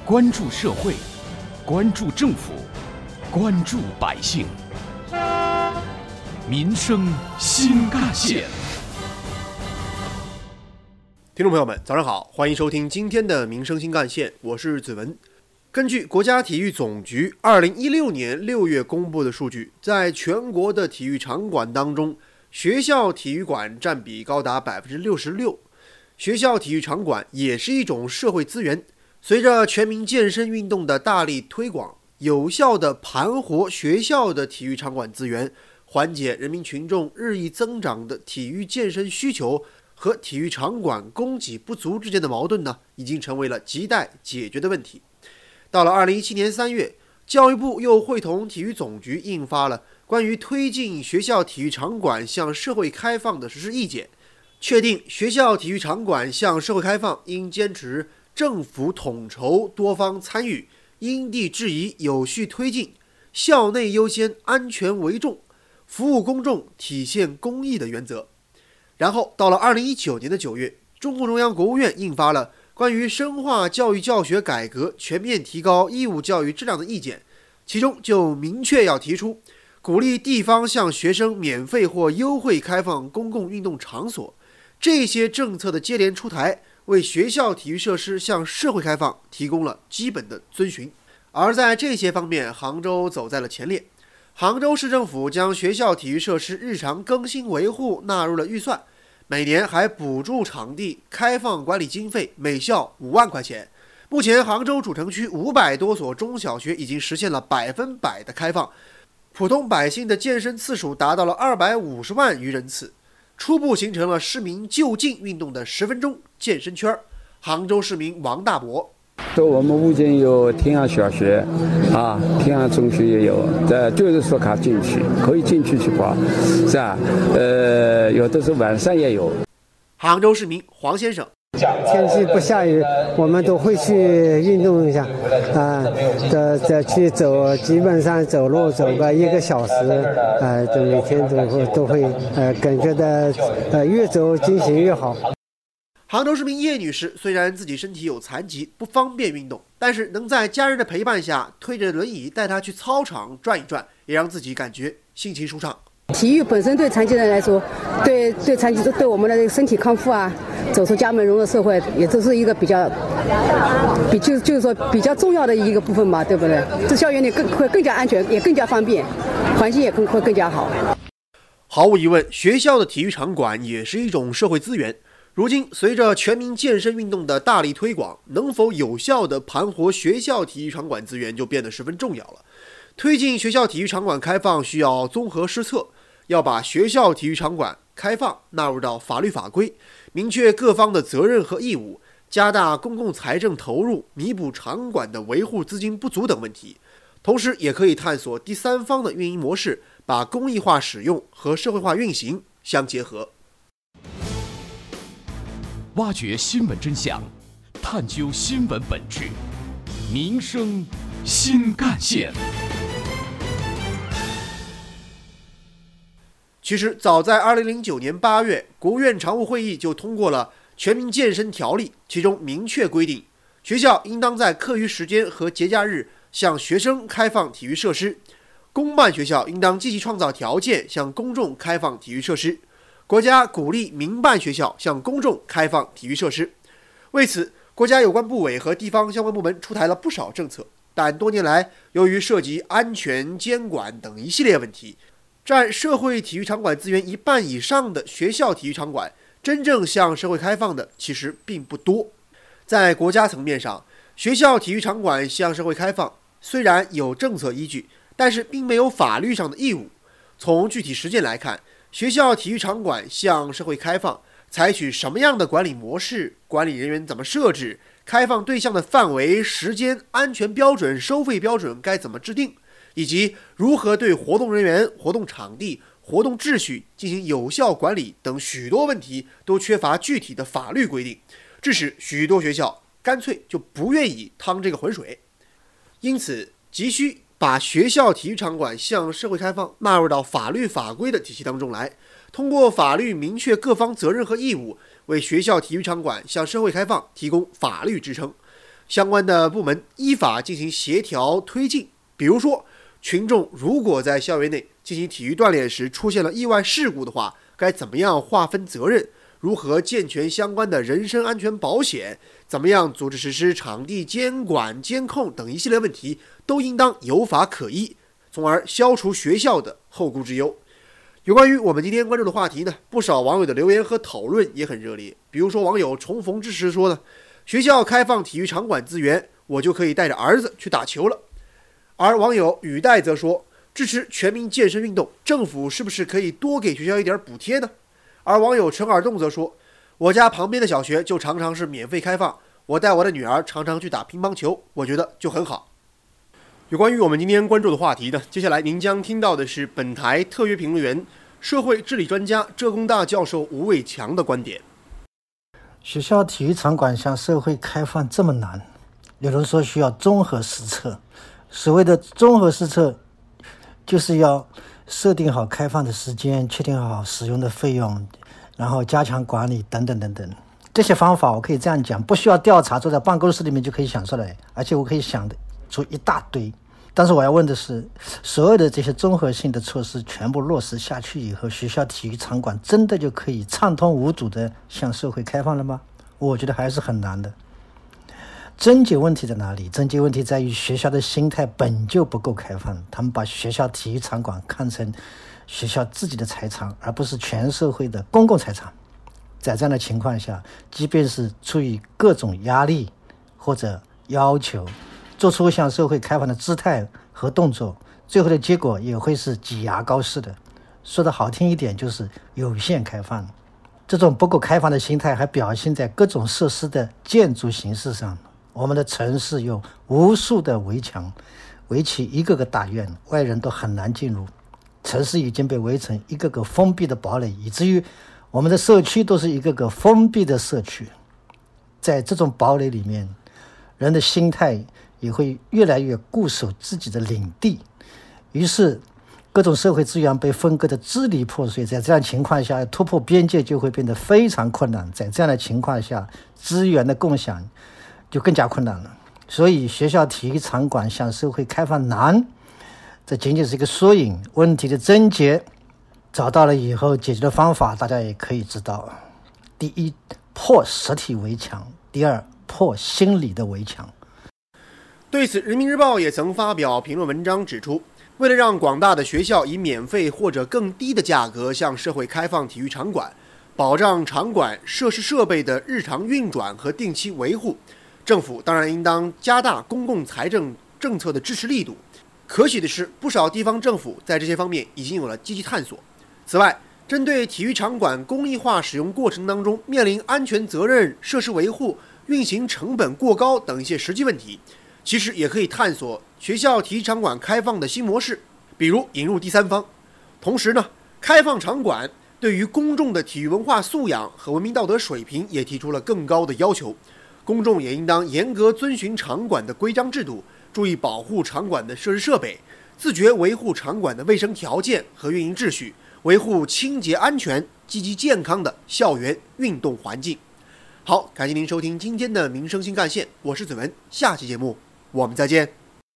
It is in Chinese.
关注社会，关注政府，关注百姓，民生新干线。 听众朋友们，早上好，欢迎收听今天的民生新干线，我是子文。根据国家体育总局2016年6月公布的数据，在全国的体育场馆当中，学校体育馆占比高达66%。学校体育场馆也是一种社会资源，随着全民健身运动的大力推广，有效地盘活学校的体育场馆资源，缓解人民群众日益增长的体育健身需求和体育场馆供给不足之间的矛盾呢，已经成为了亟待解决的问题。到了2017年3月，教育部又会同体育总局印发了关于推进学校体育场馆向社会开放的实施意见，确定学校体育场馆向社会开放应坚持政府统筹、多方参与、因地制宜、有序推进、校内优先、安全为重、服务公众、体现公益的原则。然后到了2019年的9月，中共中央国务院印发了关于深化教育教学改革、全面提高义务教育质量的意见，其中就明确要提出鼓励地方向学生免费或优惠开放公共运动场所。这些政策的接连出台，为学校体育设施向社会开放提供了基本的遵循。而在这些方面，杭州走在了前列。杭州市政府将学校体育设施日常更新维护纳入了预算，每年还补助场地开放管理经费每校5万块钱。目前杭州主城区500多所中小学已经实现了100%的开放，普通百姓的健身次数达到了250万余人次，初步形成了市民就近运动的10分钟健身圈。杭州市民王大伯： 我们附近有天阳小学天阳中学也有，就是说卡进去，可以进去跑，是吧？有的是晚上也有。 杭州市民黄先生： 天气不下雨，我们都会去运动一下，再去走，基本上走路走个1个小时，就每天都会感觉到越走精神越好。 杭州市民叶女士虽然自己身体有残疾，不方便运动，但是能在家人的陪伴下推着轮椅带她去操场转一转，也让自己感觉心情舒畅。 体育本身对残疾人来说，对残疾对我们的身体康复走出家门融入社会，也都是一个比较重要的一个部分嘛，对不对？这校园里会更加安全，也更加方便，环境也会更加好。 毫无疑问，学校的体育场馆也是一种社会资源。如今，随着全民健身运动的大力推广，能否有效地盘活学校体育场馆资源就变得十分重要了。推进学校体育场馆开放需要综合施策，要把学校体育场馆开放纳入到法律法规，明确各方的责任和义务，加大公共财政投入，弥补场馆的维护资金不足等问题。同时，也可以探索第三方的运营模式，把公益化使用和社会化运行相结合。 挖掘新闻真相，探究新闻本质，民生新干线。 其实早在2009年8月，国务院常务会议就通过了《全民健身条例》，其中明确规定，学校应当在课余时间和节假日向学生开放体育设施，公办学校应当积极创造条件向公众开放体育设施。国家鼓励民办学校向公众开放体育设施。为此，国家有关部委和地方相关部门出台了不少政策，但多年来，由于涉及安全、监管等一系列问题，占社会体育场馆资源1半以上的学校体育场馆，真正向社会开放的其实并不多。在国家层面上，学校体育场馆向社会开放虽然有政策依据，但是并没有法律上的义务。从具体实践来看，学校体育场馆向社会开放，采取什么样的管理模式，管理人员怎么设置，开放对象的范围、时间、安全标准、收费标准该怎么制定，以及如何对活动人员、活动场地、活动秩序进行有效管理等许多问题都缺乏具体的法律规定，致使许多学校干脆就不愿意趟这个浑水。因此，急需把学校体育场馆向社会开放纳入到法律法规的体系当中来，通过法律明确各方责任和义务，为学校体育场馆向社会开放提供法律支撑。 相关的部门依法进行协调推进。比如说，群众如果在校园内进行体育锻炼时出现了意外事故的话，该怎么样划分责任？如何健全相关的人身安全保险？怎么样组织实施场地监管、监控等一系列问题，都应当有法可依，从而消除学校的后顾之忧。有关于我们今天关注的话题呢，不少网友的留言和讨论也很热烈。比如说，网友重逢之时说呢，学校开放体育场馆资源，我就可以带着儿子去打球了。而网友雨带则说，支持全民健身运动，政府是不是可以多给学校一点补贴呢？而网友陈耳洞则说，我家旁边的小学就常常是免费开放，我带我的女儿常常去打乒乓球，我觉得就很好。有关于我们今天关注的话题呢，接下来您将听到的是本台特约评论员、社会治理专家浙工大教授吴伟强的观点。 学校体育场馆向社会开放这么难，有人说需要综合施策。所谓的综合施策，就是要设定好开放的时间，确定好使用的费用，然后加强管理等等等等。这些方法我可以这样讲，不需要调查，坐在办公室里面就可以想出来，而且我可以想出一大堆。但是我要问的是，所有的这些综合性的措施全部落实下去以后，学校体育场馆真的就可以畅通无阻地向社会开放了吗？我觉得还是很难的。症结问题在哪里？症结问题在于学校的心态本就不够开放，他们把学校体育场馆看成学校自己的财产，而不是全社会的公共财产。在这样的情况下，即便是出于各种压力或者要求，做出向社会开放的姿态和动作，最后的结果也会是挤牙膏式的。说的好听一点，就是有限开放。这种不够开放的心态还表现在各种设施的建筑形式上。我们的城市有无数的围墙，围起一个个大院，外人都很难进入。城市已经被围成一个个封闭的堡垒，以至于我们的社区都是一个个封闭的社区。在这种堡垒里面，人的心态也会越来越固守自己的领地，于是各种社会资源被分割的支离破碎。在这样情况下，突破边界就会变得非常困难。在这样的情况下，资源的共享就更加困难了。所以学校体育场馆向社会开放难，这仅仅是一个缩影。问题的症结找到了以后，解决的方法大家也可以知道。第一，破实体围墙；第二，破心理的围墙。 对此，人民日报也曾发表评论文章指出，为了让广大的学校以免费或者更低的价格向社会开放体育场馆，保障场馆设施设备的日常运转和定期维护，政府当然应当加大公共财政政策的支持力度。可喜的是，不少地方政府在这些方面已经有了积极探索。此外，针对体育场馆公益化使用过程当中面临安全责任、设施维护、运行成本过高等一些实际问题，其实也可以探索学校体育场馆开放的新模式，比如引入第三方。同时呢，开放场馆对于公众的体育文化素养和文明道德水平也提出了更高的要求。公众也应当严格遵循场馆的规章制度，注意保护场馆的设施设备，自觉维护场馆的卫生条件和运营秩序，维护清洁安全、积极健康的校园运动环境。好，感谢您收听今天的民生新干线，我是子文，下期节目我们再见。